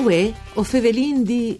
Uè, o Fevelin di...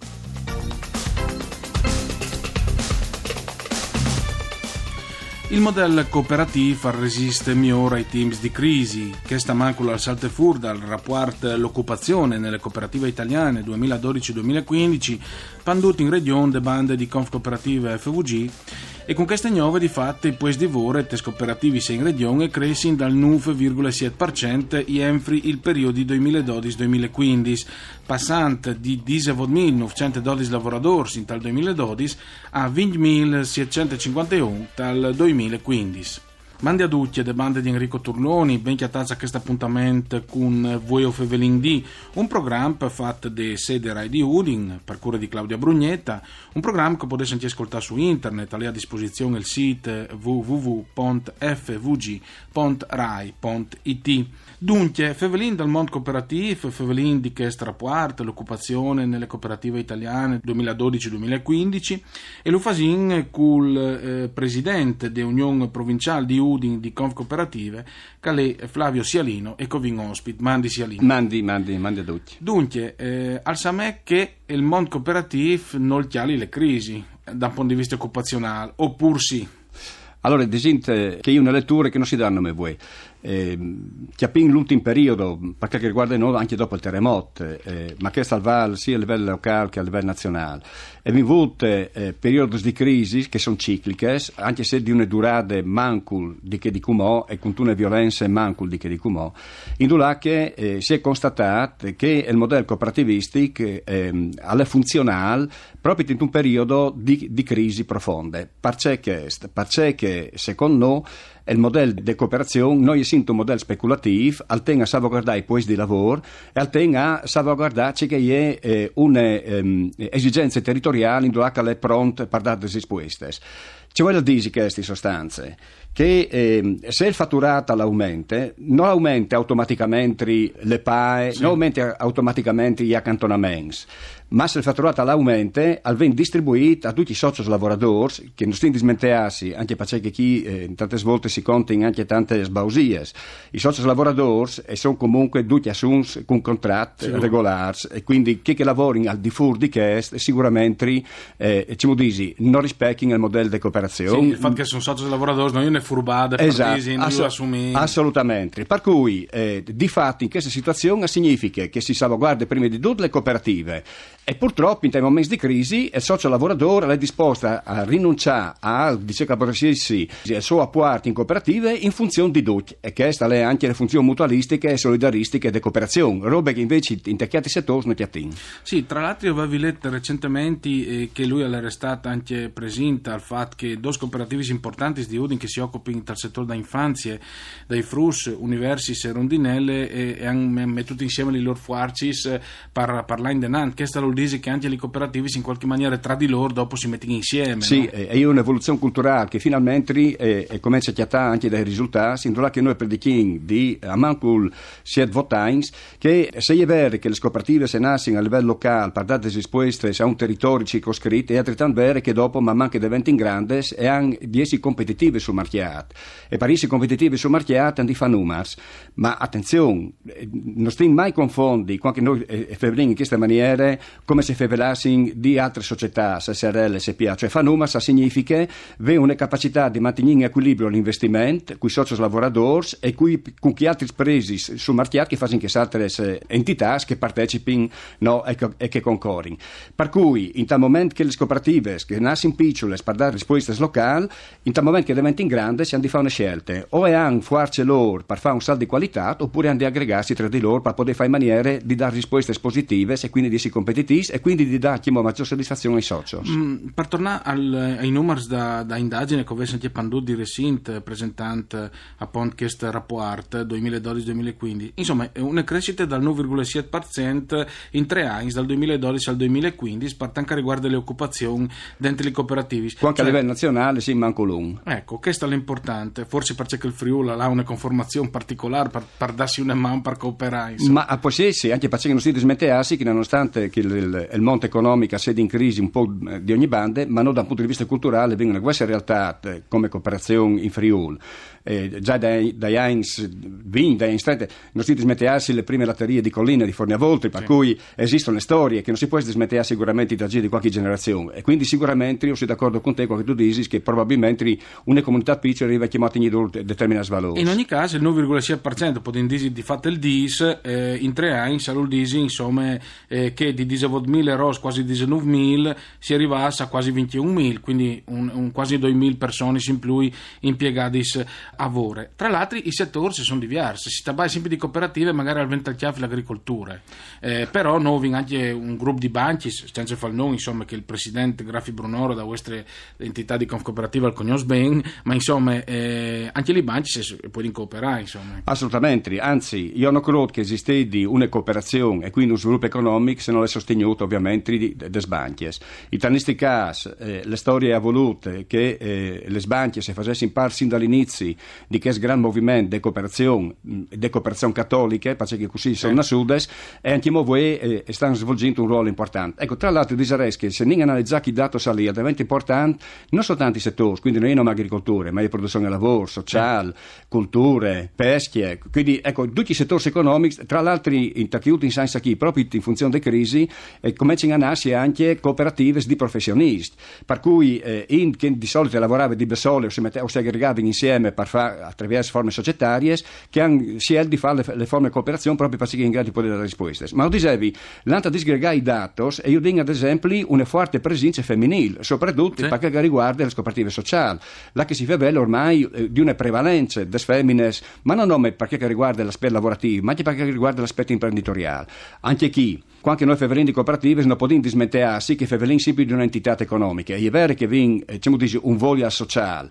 Il modello cooperativo resiste migliore ai teams di crisi, che sta mancula al salte fur dal rapporto l'occupazione nelle cooperative italiane 2012-2015, panduto in regione de bande di Confcooperative FVG, e con queste nuove di fatto i puesti di lavoro e cooperativi in regione crescono dal 9,7% entri il periodo 2012-2015, passando di 19.912 lavoratori in tal 2012 a 20.751 dal 2015. Mandi a tutti le bande di Enrico Turloni, ben chiatazza a questo appuntamento con Voi o Fevelin D, un programma fatto da sede Rai di Udin, per cura di Claudia Brugnetta, un programma che potete anche ascoltare su internet, lì a disposizione il sito www.fvg.rai.it. Dunque, Fevelin dal mondo cooperativo, Fevelin di questo rapporto, l'occupazione nelle cooperative italiane 2012-2015, e lo fasin col presidente dell'Unione Provinciale di Udin di Confcooperative, che è Flavio Sialino, e covin ospite. Mandi Sialino. Mandi a tutti. Dunque, al Samè che il mondo cooperativo non chiali le crisi da un punto di vista occupazionale, oppure sì? Allora, desinte che io una lettura che non si danno a me voi. Chiappin l'ultimo periodo, per quel che riguarda noi anche dopo il terremoto, ma che salva sia a livello locale che a livello nazionale. E vi avute periodi di crisi che sono cicliche, anche se di una durata mancul di che di cumò e con una violenza mancul di che di cumò. In due che si è constatato che il modello cooperativistico è funzionale proprio in un periodo di crisi profonde. Perché secondo noi il modello di cooperazione non è sempre un modello speculativo, al ten a salvaguardare i posti di lavoro e al ten a salvaguardare che è un'esigenza territoriale in cui è pronta per dare delle risposte. Ci vuole dire queste sostanze che se il fatturato aumenta, non aumenta automaticamente le PAE, sì, non aumenta automaticamente gli accantonamenti, ma se il fatturato aumenta, viene distribuito a tutti i soci lavoratori che non stanno dismentearsi, anche perché chi tante volte si conta in anche tante sbausie. I soci lavoratori sono comunque tutti assunti con contratti regolari, e quindi chi che lavora al di fuori di questo sicuramente non rispecchiano il modello di cooperazione. Sì, il fatto che sono soci lavoratori non è furbata, assolutamente. Per cui di fatto in questa situazione significa che si salvaguarda prima di tutto le cooperative, e purtroppo in dei momenti di crisi il socio lavoratore è disposto a rinunciare al suo apporto in cooperative in funzione di tutti, e questa è anche le funzioni mutualistiche e solidaristiche di cooperazione, robe che invece in tecchiati settori non ti attingono. Sì, tra l'altro io avevo letto recentemente che lui era stato anche presente al fatto che due cooperative importanti di Udin che si occupano dal settore da infanzie, dai frus, universis e rondinelle, e hanno messo insieme i loro forces per parlare in denant. Questa lo dice che anche le cooperative in qualche maniera tra di loro dopo si mettono insieme. Sì, no? È un'evoluzione culturale che finalmente comincia a chiattare anche dai risultati, in che noi predichiamo di Amancul Siet Votains, che se è vero che le cooperative se nascono a livello locale per dare risposte a un territorio circoscritto, è altrettanto vero che dopo man mano che diventano grandi e hanno di essere competitive sul marchiato, e per essere competitivi sul marchiato hanno di fare numeri. Ma attenzione, non stiamo mai confondi quando noi feveliamo in questa maniera come se fevelassimo di altre società, SRL, SPA, cioè fa numeri significa avere una capacità di mantenere in equilibrio l'investimento con i soci lavoratori e con chi altri presi sul marchiato che fanno che altre entità che partecipino e che concorrono. Per cui in tal momento che le cooperative che nascono piccole per dare risposte locali, in tal momento che diventano grandi si hanno di fare una scelta, o hanno farci loro per fare un salto di qualità, oppure hanno di aggregarsi tra di loro per poter fare in maniera di dare risposte positive e quindi di essere competitivi e quindi di dare maggior soddisfazione ai soci. Per tornare ai numeri da indagine che avesse anche Pandù di Resint presentante appunto questo rapporto 2012-2015, insomma è una crescita dal 9,7% in 3 anni dal 2012 al 2015 per quanto riguarda le occupazioni dentro le cooperative. Anche a livello nazionale sì, manco lungo. Ecco, questo è l'importante, forse perché il Friuli ha una conformazione particolare per darsi una mano per cooperare. Insomma. Ma poi sì, anche perché non si dismetteassi che nonostante che il mondo economico sia in crisi un po' di ogni bande, ma non dal punto di vista culturale vengono queste realtà come cooperazione in Friuli già dai Heinz Wien, dai Heinz non si dismetteassi le prime latterie di Collina, di Forniavolti, per cui esistono le storie che non si può dismettere sicuramente da di qualche generazione, e quindi sicuramente io sono d'accordo con te quando tu dici che probabilmente una comunità piccola arriva chiamata in determinati valori. In ogni caso il 9,6% può indisi di fatto il DIS in 3 anni sarà il DIS insomma che di 19.000 ROS quasi 19.000 si arrivasse a quasi 21.000, quindi un quasi 2.000 persone in più impiegati a lavoro. Tra l'altro i settori si sono diversi, si sta sempre di cooperative magari al ventacchiafi l'agricoltura, però noi anche un gruppo di banchi senza far nome insomma che il presidente Grafi Brunoro da questa entità di cooperativa al Cognos Ben, ma insomma anche i banchi si può cooperare insomma. Assolutamente, anzi io non credo che esiste di una cooperazione e quindi un sviluppo economico se non è sostenuto ovviamente delle banche. In tanti casi le storie evolute che le banche si facessero parte sin dall'inizio di questo gran movimento di cooperazione cattolica, perché così sono nascute, e anche voi stanno svolgendo un ruolo importante. Ecco, tra l'altro direi che se non analizzate i dati salì, è davvero importante non soltanto i settori, quindi non è una agricoltura, ma è produzione del lavoro, sociale, culture, pesche, quindi ecco, tutti i settori economici, tra l'altro in senso che proprio in funzione delle crisi cominciano a nascere anche cooperative di professionisti, per cui che di solito lavoravano di sole o si aggregavano insieme per fare attraverso forme societarie che hanno scelto di fare le forme di cooperazione proprio perché in grado di poter dare risposte. Ma lo dicevi, l'anta disgregare i dati e io dico ad esempio una forte presenza femminile, soprattutto per che riguarda le cooperative sociali, là che si fa bello ormai di una prevalenza delle femmine, ma non perché riguarda l'aspetto lavorativo, ma anche perché riguarda l'aspetto imprenditoriale. Anche chi anche noi fevelini di cooperative non possiamo dismettersi che fevelini sempre di un'entità economica. È vero che vi un voglio sociale,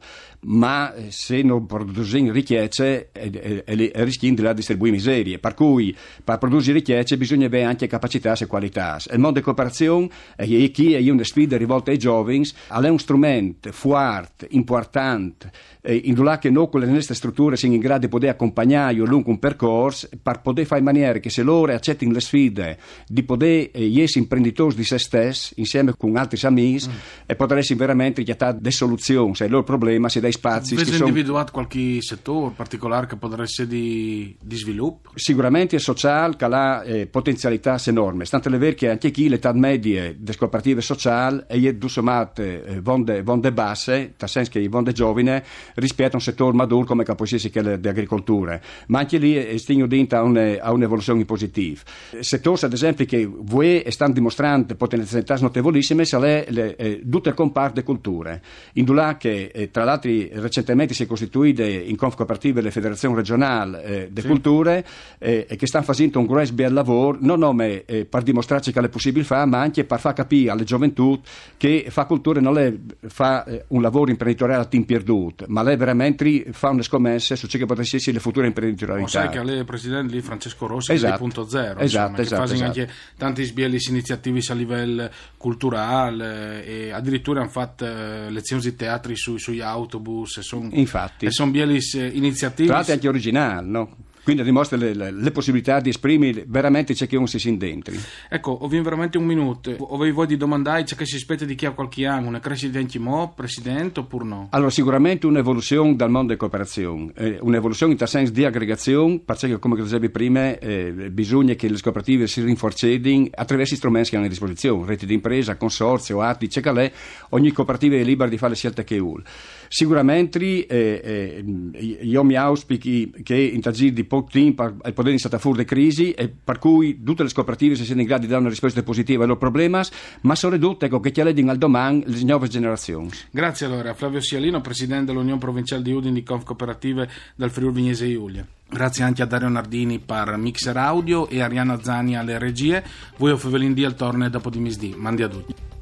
ma se non produciamo ricchezze rischiamo di la distribuire miserie. Per cui per produrre ricchezze bisogna avere anche capacità e qualità. Il mondo di cooperazione è una sfida rivolta ai giovani, è un strumento forte, importante, in cui che noi con le nostre strutture siamo in grado di poter accompagnare lungo un percorso per poter fare in maniera che se loro accettino le sfide di poter essere imprenditori di se stessi insieme con altri amici e poter essere veramente chiamare delle soluzioni se il loro problema si dà spazi. Avete individuato qualche settore particolare che potrebbe essere di sviluppo? Sicuramente è sociale che ha potenzialità enormi, tanto è vero che anche chi l'età media delle cooperative sociali è dussomate vonde basse, nel senso che i vonde giovani rispetto a un settore maduro come può essere quello dell'agricoltura, ma anche lì è stigno dinta a un'evoluzione positiva. Settori ad esempio che voi stanno dimostrando potenzialità notevolissime sono tutto il comparto delle culture, in dove che tra l'altro recentemente si è costituita in cooperative le federazioni regionali delle culture e che stanno facendo un grosso bel lavoro non per dimostrarci che è possibile fare, ma anche per far capire alle gioventù che fa cultura non è fa un lavoro imprenditoriale a tempo perduto, ma lei veramente fa una scommessa su ciò che potesse essere le future imprenditorialità. Sai che lei è presidente di Francesco Rossi di Punto Zero, che fa anche tanti sbielli iniziative a livello culturale e addirittura hanno fatto lezioni di teatri sugli autobus e sono bielli iniziative tra l'altro anche originali, no? Quindi dimostra le possibilità di esprimere veramente ciò che uno si sente dentro. Ecco, ho veramente un minuto. Avevo voi di domandare ciò che si aspetta di chi ha qualche anno, una crescita in Chimò, presidente oppure no? Allora, sicuramente un'evoluzione dal mondo di cooperazione, un'evoluzione in tal senso di aggregazione, perché come dicevi prima, bisogna che le cooperative si rinforzino attraverso gli strumenti che hanno a disposizione, reti di impresa, consorzio, atti, c'è che lei, ogni cooperativa è libera di fare le scelte che vuole. Sicuramente io mi auspico che in tal giro di poco tempo al poter iniziare a fuori le crisi e per cui tutte le cooperative si siano in grado di dare una risposta positiva ai loro problemi, ma soprattutto che chiedano al domani le nuove generazioni. Grazie allora Flavio Sialino, presidente dell'Unione Provinciale di Udine di Cooperative del Friuli Vignese Giulia. Grazie anche a Dario Nardini per mixer audio e Arianna Zani alle regie. Voi o Fevelin di al torne dopo di misdì. Mandi a tutti.